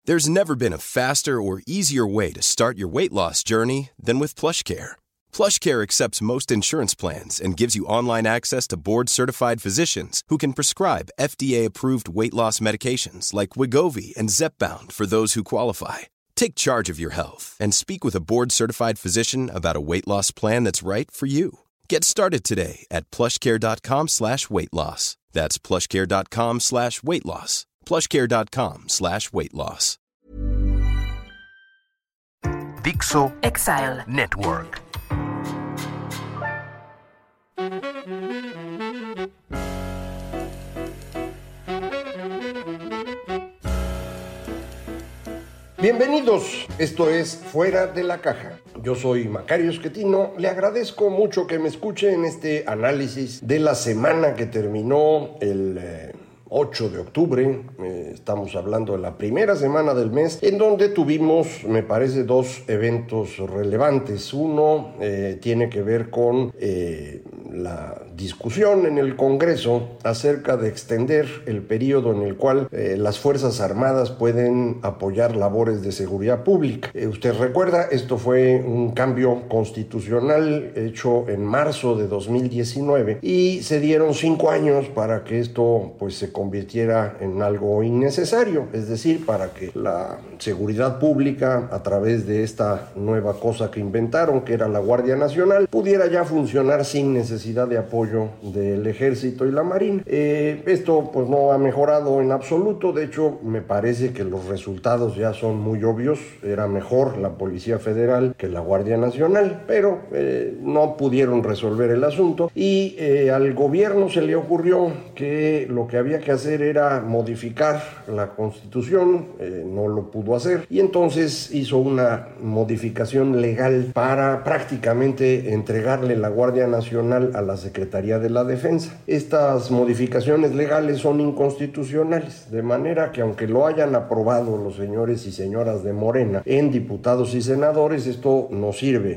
There's never been a faster or easier way to start your weight loss journey than with PlushCare. PlushCare accepts most insurance plans and gives you online access to board-certified physicians who can prescribe FDA-approved weight loss medications like Wegovy and Zepbound for those who qualify. Take charge of your health and speak with a board-certified physician about a weight loss plan that's right for you. Get started today at plushcare.com/weight loss. That's plushcare.com/weight loss. plushcare.com/weight loss. Dixo Exile Network. Bienvenidos, esto es Fuera de la Caja. Yo soy Macario Schettino, le agradezco mucho que me escuche en este análisis de la semana que terminó el 8 de octubre, estamos hablando de la primera semana del mes, en donde tuvimos, me parece, dos eventos relevantes. Uno tiene que ver con la discusión en el Congreso acerca de extender el periodo en el cual las Fuerzas Armadas pueden apoyar labores de seguridad pública. Usted recuerda, esto fue un cambio constitucional hecho en marzo de 2019 y se dieron 5 años para que esto pues se convirtiera en algo innecesario, es decir, para que la seguridad pública, a través de esta nueva cosa que inventaron, que era la Guardia Nacional, pudiera ya funcionar sin necesidad de apoyo del Ejército y la Marina. Esto pues no ha mejorado en absoluto, de hecho me parece que los resultados ya son muy obvios. Era mejor la Policía Federal que la Guardia Nacional, pero no pudieron resolver el asunto y al gobierno se le ocurrió que lo que había que hacer era modificar la Constitución, no lo pudo hacer y entonces hizo una modificación legal para prácticamente entregarle la Guardia Nacional a la Secretaría de la Defensa. Estas modificaciones legales son inconstitucionales, de manera que aunque lo hayan aprobado los señores y señoras de Morena en diputados y senadores, esto no sirve.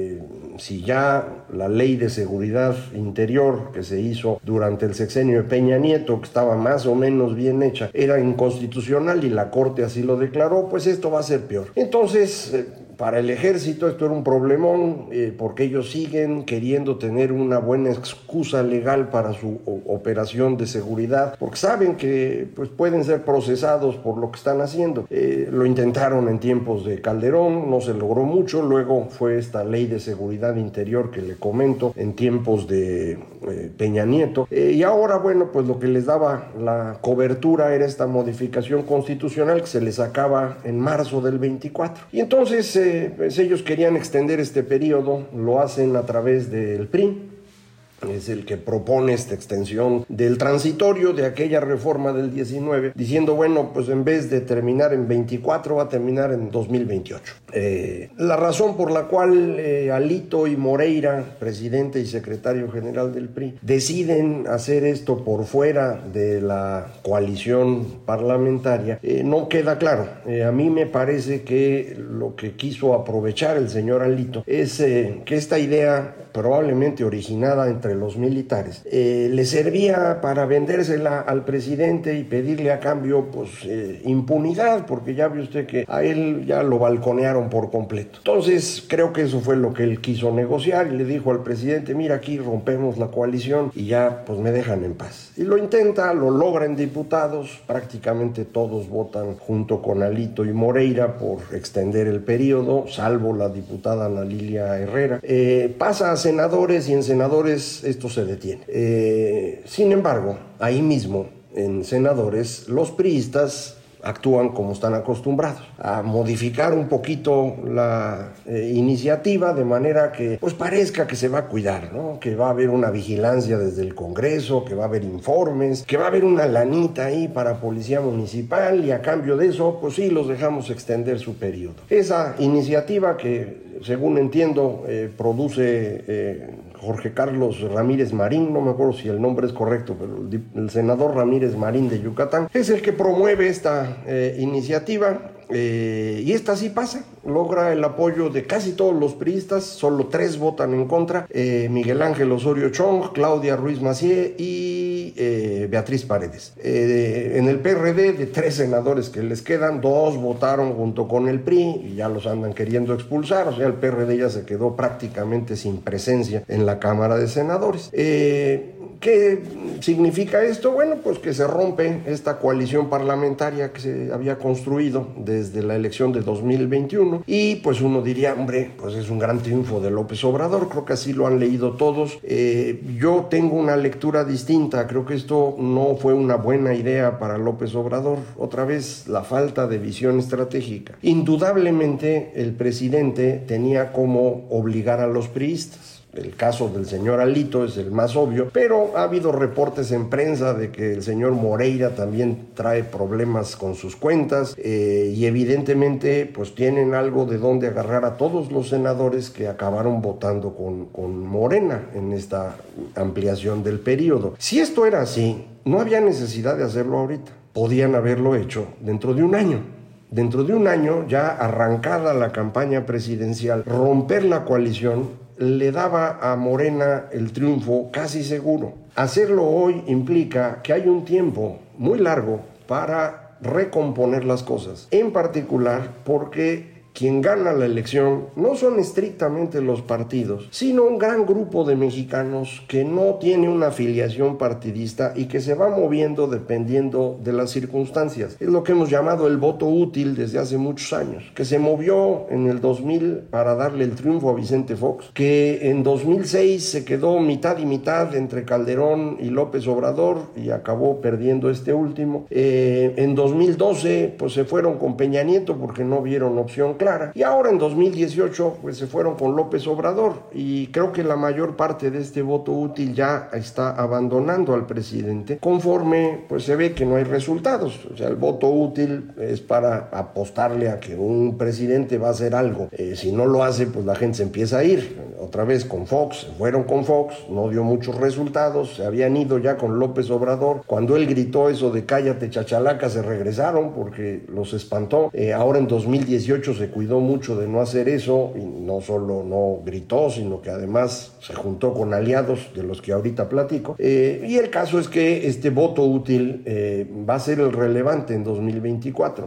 Si ya la ley de seguridad interior que se hizo durante el sexenio de Peña Nieto, que estaba más o menos bien hecha, era inconstitucional y la Corte así lo declaró, pues esto va a ser peor. Entonces, para el Ejército esto era un problemón porque ellos siguen queriendo tener una buena excusa legal para su operación de seguridad, porque saben que pues, pueden ser procesados por lo que están haciendo. Lo intentaron en tiempos de Calderón, no se logró mucho, luego fue esta ley de seguridad interior que le comento en tiempos de Peña Nieto, y ahora bueno, pues lo que les daba la cobertura era esta modificación constitucional que se les acaba en marzo del 24, y entonces pues ellos querían extender este periodo, lo hacen a través del PRI, es el que propone esta extensión del transitorio de aquella reforma del 19, diciendo, bueno, pues en vez de terminar en 24, va a terminar en 2028. La razón por la cual Alito y Moreira, presidente y secretario general del PRI, deciden hacer esto por fuera de la coalición parlamentaria, no queda claro. A mí me parece que lo que quiso aprovechar el señor Alito es que esta idea, probablemente originada entre los militares, le servía para vendérsela al presidente y pedirle a cambio pues impunidad, porque ya ve usted que a él ya lo balconearon por completo. Entonces creo que eso fue lo que él quiso negociar y le dijo al presidente, mira, aquí rompemos la coalición y ya pues me dejan en paz. Y lo intenta, lo logra en diputados, prácticamente todos votan junto con Alito y Moreira por extender el periodo, salvo la diputada Ana Lilia Herrera. Pasa a senadores y en senadores esto se detiene. Sin embargo, ahí mismo en senadores los priistas actúan como están acostumbrados, a modificar un poquito la iniciativa de manera que pues parezca que se va a cuidar, ¿no? Que va a haber una vigilancia desde el Congreso, que va a haber informes, que va a haber una lanita ahí para policía municipal y a cambio de eso pues sí los dejamos extender su periodo. Esa iniciativa que según entiendo produce Jorge Carlos Ramírez Marín, no me acuerdo si el nombre es correcto, pero el senador Ramírez Marín de Yucatán es el que promueve esta iniciativa. Y esta sí pasa, logra el apoyo de casi todos los priistas, solo 3 votan en contra, Miguel Ángel Osorio Chong, Claudia Ruiz Massieu y Beatriz Paredes. En el PRD, de 3 senadores que les quedan, 2 votaron junto con el PRI y ya los andan queriendo expulsar, o sea, el PRD ya se quedó prácticamente sin presencia en la Cámara de Senadores. ¿Qué significa esto? Bueno, pues que se rompe esta coalición parlamentaria que se había construido desde la elección de 2021 y pues uno diría, hombre, pues es un gran triunfo de López Obrador, creo que así lo han leído todos. Yo tengo una lectura distinta, creo que esto no fue una buena idea para López Obrador, otra vez la falta de visión estratégica. Indudablemente el presidente tenía como obligar a los priistas. El caso del señor Alito es el más obvio, pero ha habido reportes en prensa de que el señor Moreira también trae problemas con sus cuentas y evidentemente pues tienen algo de dónde agarrar a todos los senadores que acabaron votando con Morena en esta ampliación del periodo. Si esto era así, no había necesidad de hacerlo ahorita. Podían haberlo hecho dentro de un año. Dentro de un año, ya arrancada la campaña presidencial, romper la coalición le daba a Morena el triunfo casi seguro. Hacerlo hoy implica que hay un tiempo muy largo para recomponer las cosas, en particular porque quien gana la elección no son estrictamente los partidos, sino un gran grupo de mexicanos que no tiene una afiliación partidista y que se va moviendo dependiendo de las circunstancias. Es lo que hemos llamado el voto útil desde hace muchos años, que se movió en el 2000 para darle el triunfo a Vicente Fox, que en 2006 se quedó mitad y mitad entre Calderón y López Obrador y acabó perdiendo este último. En 2012 pues se fueron con Peña Nieto porque no vieron opción clara. Y ahora en 2018 pues se fueron con López Obrador y creo que la mayor parte de este voto útil ya está abandonando al presidente conforme pues se ve que no hay resultados. O sea, el voto útil es para apostarle a que un presidente va a hacer algo. Si no lo hace, pues la gente se empieza a ir. Otra vez con Fox, se fueron con Fox, no dio muchos resultados, se habían ido ya con López Obrador. Cuando él gritó eso de cállate chachalaca, se regresaron porque los espantó. Ahora en 2018 se cuidó mucho de no hacer eso y no solo no gritó, sino que además se juntó con aliados de los que ahorita platico. Y el caso es que este voto útil va a ser el relevante en 2024.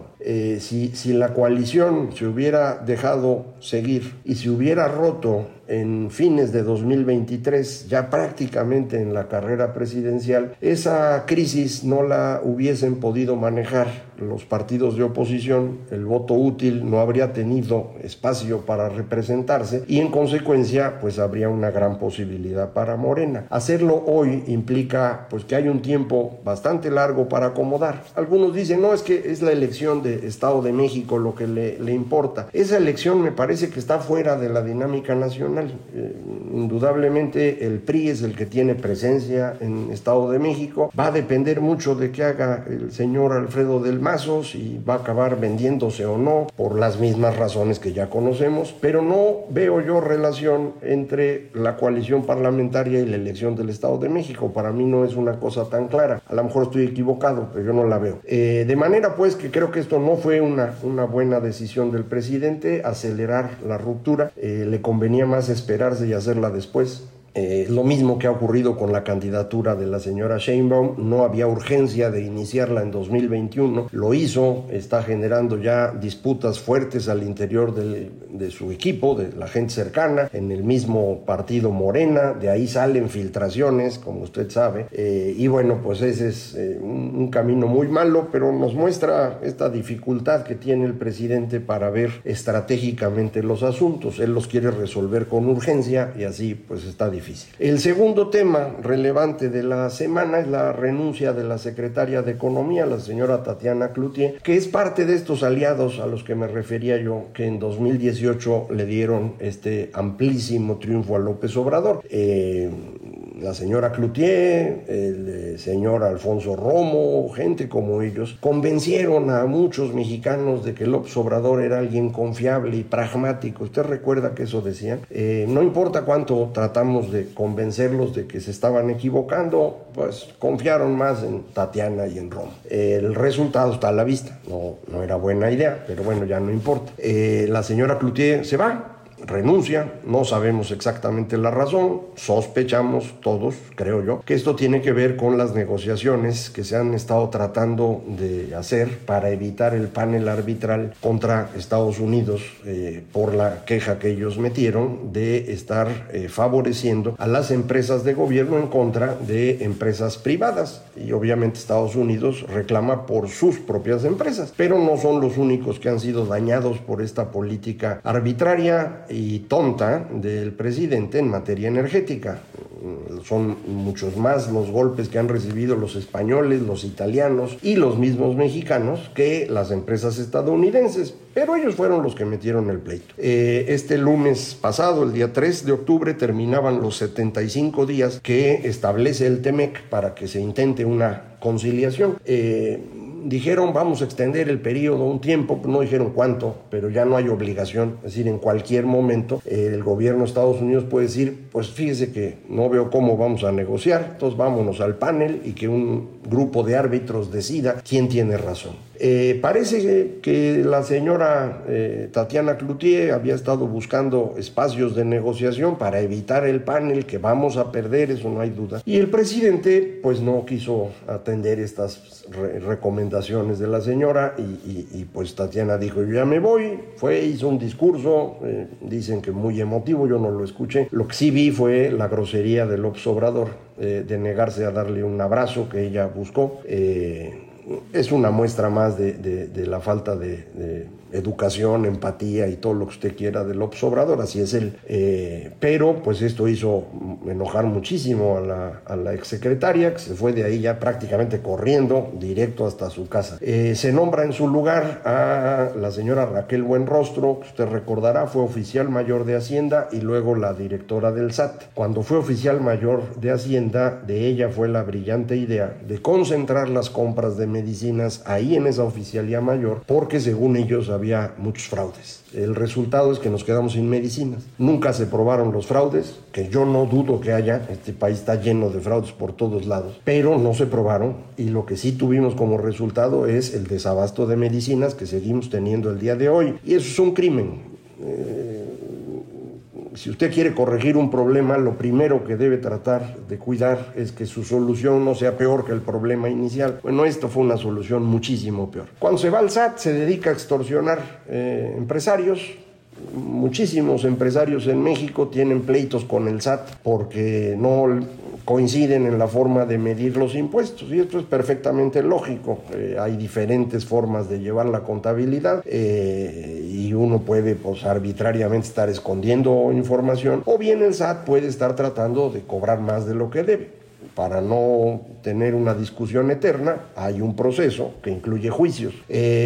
Si la coalición se hubiera dejado seguir y se hubiera roto en fines de 2023, ya prácticamente en la carrera presidencial, esa crisis no la hubiesen podido manejar los partidos de oposición, el voto útil no habría tenido espacio para representarse y en consecuencia pues habría una gran posibilidad para Morena. Hacerlo hoy implica pues que hay un tiempo bastante largo para acomodar. Algunos dicen, no, es que es la elección de Estado de México lo que le importa. Esa elección me parece que está fuera de la dinámica nacional. Indudablemente el PRI es el que tiene presencia en Estado de México. Va a depender mucho de qué haga el señor Alfredo del Mazo, si va a acabar vendiéndose o no, por las mismas razones que ya conocemos, pero no veo yo relación entre la coalición parlamentaria y la elección del Estado de México. Para mí no es una cosa tan clara. A lo mejor estoy equivocado, pero yo no la veo. De manera pues que creo que esto no fue una buena decisión del presidente, acelerar la ruptura. Le convenía más esperarse y hacerla después. Lo mismo que ha ocurrido con la candidatura de la señora Sheinbaum, no había urgencia de iniciarla en 2021, lo hizo, está generando ya disputas fuertes al interior de su equipo, de la gente cercana, en el mismo partido Morena, de ahí salen filtraciones, como usted sabe, y bueno, pues ese es un camino muy malo, pero nos muestra esta dificultad que tiene el presidente para ver estratégicamente los asuntos. Él los quiere resolver con urgencia y así pues está difícil. El segundo tema relevante de la semana es la renuncia de la secretaria de Economía, la señora Tatiana Cloutier, que es parte de estos aliados a los que me refería yo, que en 2018 le dieron este amplísimo triunfo a López Obrador. La señora Cloutier, el señor Alfonso Romo, gente como ellos, convencieron a muchos mexicanos de que López Obrador era alguien confiable y pragmático. ¿Usted recuerda que eso decían? No importa cuánto tratamos de convencerlos de que se estaban equivocando, pues confiaron más en Tatiana y en Romo. El resultado está a la vista. No era buena idea, pero bueno, ya no importa. La señora Cloutier se va. renuncia, no sabemos exactamente la razón, sospechamos todos, creo yo, que esto tiene que ver con las negociaciones que se han estado tratando de hacer para evitar el panel arbitral contra Estados Unidos por la queja que ellos metieron de estar favoreciendo a las empresas de gobierno en contra de empresas privadas. Y obviamente Estados Unidos reclama por sus propias empresas, pero no son los únicos que han sido dañados por esta política arbitraria y tonta del presidente en materia energética. Son muchos más los golpes que han recibido los españoles, los italianos y los mismos mexicanos que las empresas estadounidenses, pero ellos fueron los que metieron el pleito. Este lunes pasado, el día 3 de octubre, terminaban los 75 días que establece el TEMEC para que se intente una conciliación. Dijeron vamos a extender el periodo un tiempo, no dijeron cuánto, pero ya no hay obligación, es decir, en cualquier momento el gobierno de Estados Unidos puede decir, pues fíjese que no veo cómo vamos a negociar, entonces vámonos al panel y que un grupo de árbitros decida quién tiene razón. Parece que la señora Tatiana Cloutier había estado buscando espacios de negociación para evitar el panel, que vamos a perder, eso no hay duda. Y el presidente pues no quiso atender estas recomendaciones de la señora y pues Tatiana dijo, yo ya me voy, hizo un discurso, dicen que muy emotivo, yo no lo escuché. Lo que sí vi fue la grosería de López Obrador, de negarse a darle un abrazo que ella buscó. Es una muestra más de la falta de educación, empatía y todo lo que usted quiera de López Obrador, así es él. Pero pues esto hizo enojar muchísimo a la exsecretaria, que se fue de ahí ya prácticamente corriendo directo hasta su casa. Se nombra en su lugar a la señora Raquel Buenrostro, que usted recordará fue oficial mayor de Hacienda y luego la directora del SAT. Cuando fue oficial mayor de Hacienda, de ella fue la brillante idea de concentrar las compras de medicinas ahí en esa oficialía mayor, porque según ellos había muchos fraudes. El resultado es que nos quedamos sin medicinas. Nunca se probaron los fraudes, que yo no dudo que haya, este país está lleno de fraudes por todos lados, pero no se probaron y lo que sí tuvimos como resultado es el desabasto de medicinas que seguimos teniendo el día de hoy, y eso es un crimen. Si usted quiere corregir un problema, lo primero que debe tratar de cuidar es que su solución no sea peor que el problema inicial. Bueno, esto fue una solución muchísimo peor. Cuando se va al SAT, se dedica a extorsionar empresarios. Muchísimos empresarios en México tienen pleitos con el SAT porque no coinciden en la forma de medir los impuestos, y esto es perfectamente lógico. Hay diferentes formas de llevar la contabilidad y uno puede pues arbitrariamente estar escondiendo información, o bien el SAT puede estar tratando de cobrar más de lo que debe. Para no tener una discusión eterna, hay un proceso que incluye juicios.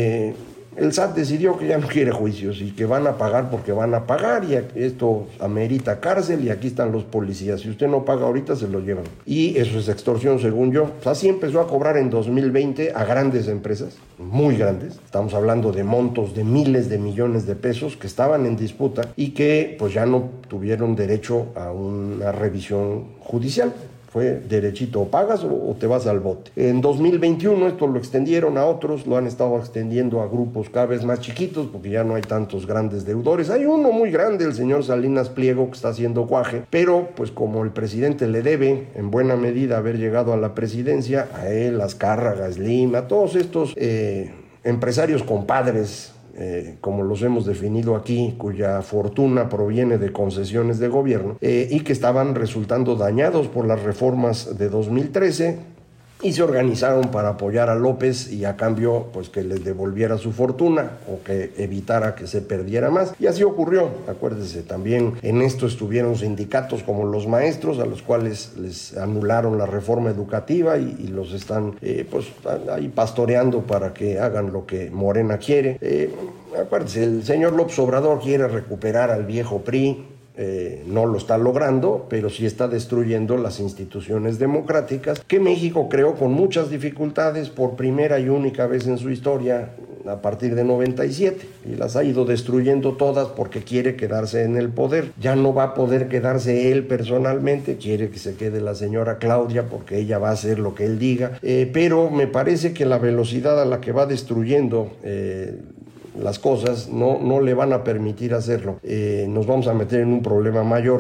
El SAT decidió que ya no quiere juicios y que van a pagar porque van a pagar, y esto amerita cárcel, y aquí están los policías. Si usted no paga ahorita, se lo llevan. Y eso es extorsión, según yo. Así empezó a cobrar en 2020 a grandes empresas, muy grandes. Estamos hablando de montos de miles de millones de pesos que estaban en disputa y que pues ya no tuvieron derecho a una revisión judicial. Fue derechito, o pagas o te vas al bote. En 2021 esto lo extendieron a otros, lo han estado extendiendo a grupos cada vez más chiquitos porque ya no hay tantos grandes deudores. Hay uno muy grande, el señor Salinas Pliego, que está haciendo cuaje, pero pues como el presidente le debe en buena medida haber llegado a la presidencia, a él, a Azcárraga, Slim, a todos estos empresarios compadres, como los hemos definido aquí, cuya fortuna proviene de concesiones de gobierno y que estaban resultando dañados por las reformas de 2013 y se organizaron para apoyar a López y a cambio pues que les devolviera su fortuna o que evitara que se perdiera más, y así ocurrió. Acuérdese, también en esto estuvieron sindicatos como los maestros, a los cuales les anularon la reforma educativa y los están pues ahí pastoreando para que hagan lo que Morena quiere. Acuérdese, el señor López Obrador quiere recuperar al viejo PRI. No lo está logrando, pero sí está destruyendo las instituciones democráticas que México creó con muchas dificultades por primera y única vez en su historia a partir de 97, y las ha ido destruyendo todas porque quiere quedarse en el poder. Ya no va a poder quedarse él personalmente, quiere que se quede la señora Claudia porque ella va a hacer lo que él diga, pero me parece que la velocidad a la que va destruyendo las cosas, no le van a permitir hacerlo. Nos vamos a meter en un problema mayor.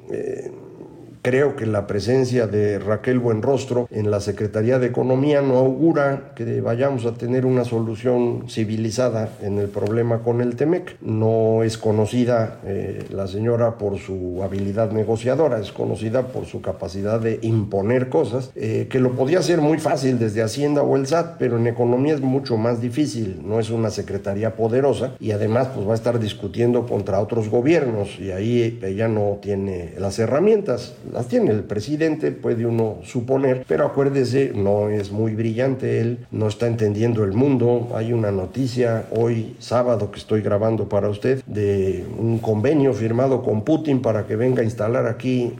Creo que la presencia de Raquel Buenrostro en la Secretaría de Economía no augura que vayamos a tener una solución civilizada en el problema con el Temec. No es conocida la señora por su habilidad negociadora, es conocida por su capacidad de imponer cosas, que lo podía hacer muy fácil desde Hacienda o el SAT, pero en economía es mucho más difícil. No es una secretaría poderosa y además pues va a estar discutiendo contra otros gobiernos y ahí ella no tiene las herramientas. Las tiene el presidente, puede uno suponer, pero acuérdese, no es muy brillante él, no está entendiendo el mundo. Hay una noticia hoy sábado que estoy grabando para usted de un convenio firmado con Putin para que venga a instalar aquí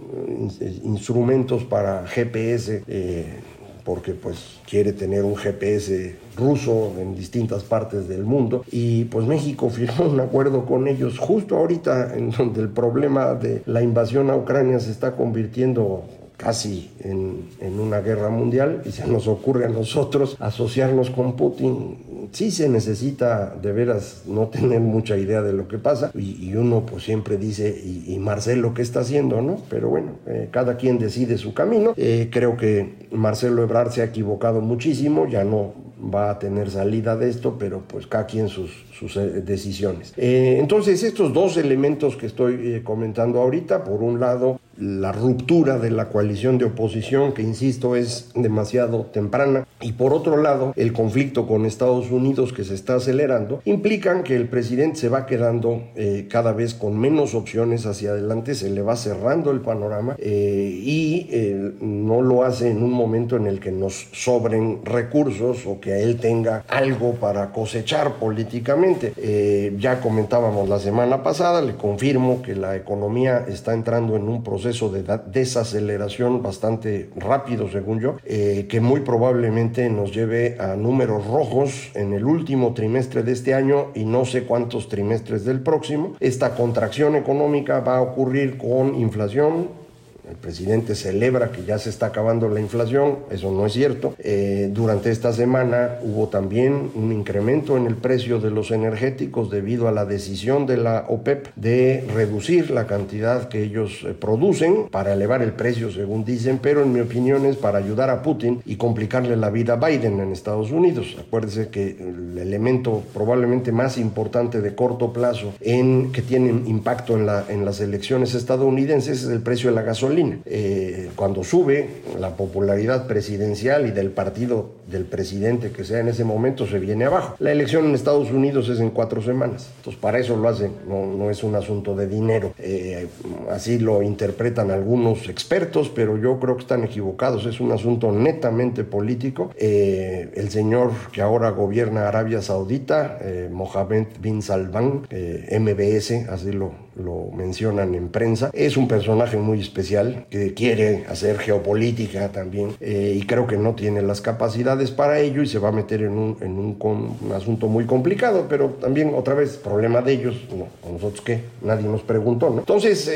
instrumentos para GPS, porque pues quiere tener un GPS ruso en distintas partes del mundo, y pues México firmó un acuerdo con ellos justo ahorita en donde el problema de la invasión a Ucrania se está convirtiendo casi en una guerra mundial, y se nos ocurre a nosotros asociarnos con Putin. Sí se necesita de veras no tener mucha idea de lo que pasa, y uno pues siempre dice, y Marcelo qué está haciendo, ¿no? Pero bueno, cada quien decide su camino. Creo que Marcelo Ebrard se ha equivocado muchísimo, ya no va a tener salida de esto, pero pues cada quien sus decisiones. Entonces estos dos elementos que estoy comentando ahorita, por un lado la ruptura de la coalición de oposición, que insisto es demasiado temprana, y por otro lado el conflicto con Estados Unidos que se está acelerando, implican que el presidente se va quedando cada vez con menos opciones hacia adelante, se le va cerrando el panorama, y no lo hace en un momento en el que nos sobren recursos o que él tenga algo para cosechar políticamente. Ya comentábamos la semana pasada, le confirmo que la economía está entrando en un proceso de desaceleración bastante rápido, según yo, que muy probablemente nos lleve a números rojos en el último trimestre de este año y no sé cuántos trimestres del próximo. Esta contracción económica va a ocurrir con inflación. El presidente celebra que ya se está acabando la inflación, eso no es cierto. Durante esta semana hubo también un incremento en el precio de los energéticos debido a la decisión de la OPEP de reducir la cantidad que ellos producen para elevar el precio, según dicen, pero en mi opinión es para ayudar a Putin y complicarle la vida a Biden en Estados Unidos. Acuérdense que el elemento probablemente más importante de corto plazo que tiene impacto en las elecciones estadounidenses es el precio de la gasolina. Cuando sube la popularidad presidencial y del partido del presidente que sea en ese momento, se viene abajo. La elección en Estados Unidos es en 4 semanas, entonces para eso lo hacen, no es un asunto de dinero. Así lo interpretan algunos expertos, pero yo creo que están equivocados, es un asunto netamente político. El señor que ahora gobierna Arabia Saudita, Mohammed bin Salman, MBS, así lo mencionan en prensa, es un personaje muy especial que quiere hacer geopolítica también, y creo que no tiene las capacidades para ello y se va a meter en un asunto muy complicado, pero también otra vez problema de ellos, ¿a nosotros qué? Nadie nos preguntó, ¿no? Entonces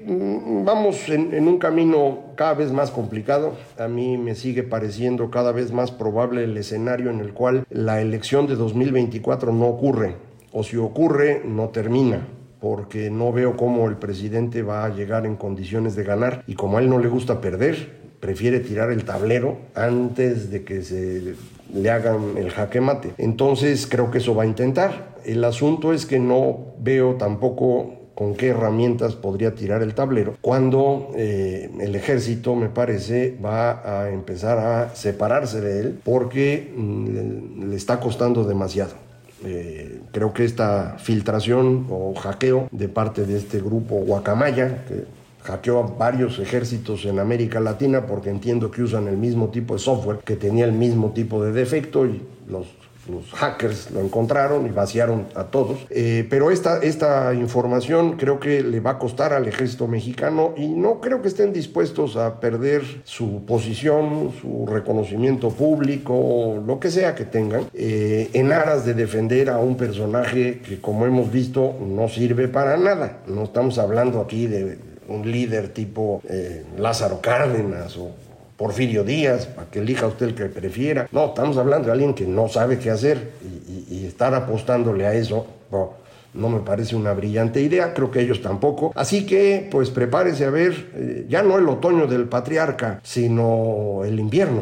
vamos en un camino cada vez más complicado. A mí me sigue pareciendo cada vez más probable el escenario en el cual la elección de 2024 no ocurre, o si ocurre no termina, porque no veo cómo el presidente va a llegar en condiciones de ganar, y como a él no le gusta perder, prefiere tirar el tablero antes de que se le hagan el jaque mate. Entonces creo que eso va a intentar. El asunto es que no veo tampoco con qué herramientas podría tirar el tablero cuando el ejército, me parece, va a empezar a separarse de él porque le está costando demasiado. Creo que esta filtración o hackeo de parte de este grupo Guacamaya, que hackeó a varios ejércitos en América Latina porque entiendo que usan el mismo tipo de software que tenía el mismo tipo de defecto, y los hackers lo encontraron y vaciaron a todos. Pero esta información creo que le va a costar al ejército mexicano, y no creo que estén dispuestos a perder su posición, su reconocimiento público, lo que sea que tengan, en aras de defender a un personaje que, como hemos visto, no sirve para nada. No estamos hablando aquí de un líder tipo Lázaro Cárdenas o Porfirio Díaz, para que elija usted el que prefiera. No, estamos hablando de alguien que no sabe qué hacer y estar apostándole a eso, no me parece una brillante idea, creo que ellos tampoco. Así que, pues prepárese a ver, ya no el otoño del patriarca, sino el invierno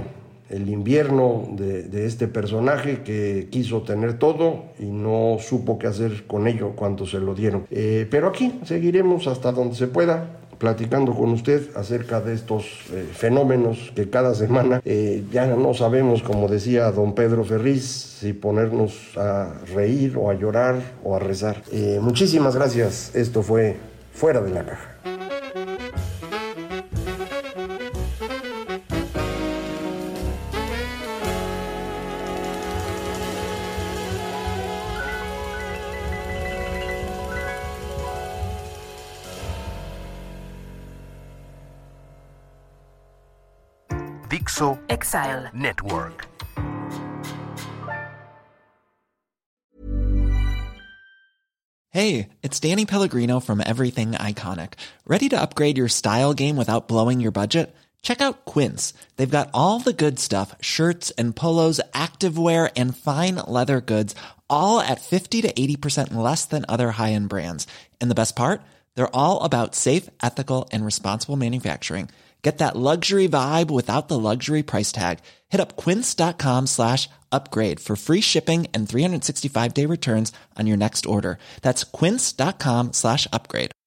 de este personaje que quiso tener todo y no supo qué hacer con ello cuando se lo dieron. Pero aquí seguiremos hasta donde se pueda, platicando con usted acerca de estos fenómenos que cada semana ya no sabemos, como decía don Pedro Ferriz, si ponernos a reír o a llorar o a rezar. Muchísimas gracias. Esto fue Fuera de la Caja. Dixo Exile Network. Hey, it's Danny Pellegrino from Everything Iconic. Ready to upgrade your style game without blowing your budget? Check out Quince. They've got all the good stuff, shirts and polos, activewear, and fine leather goods, all at 50 to 80% less than other high-end brands. And the best part? They're all about safe, ethical, and responsible manufacturing. Get that luxury vibe without the luxury price tag. Hit up quince.com/upgrade for free shipping and 365-day returns on your next order. That's quince.com/upgrade.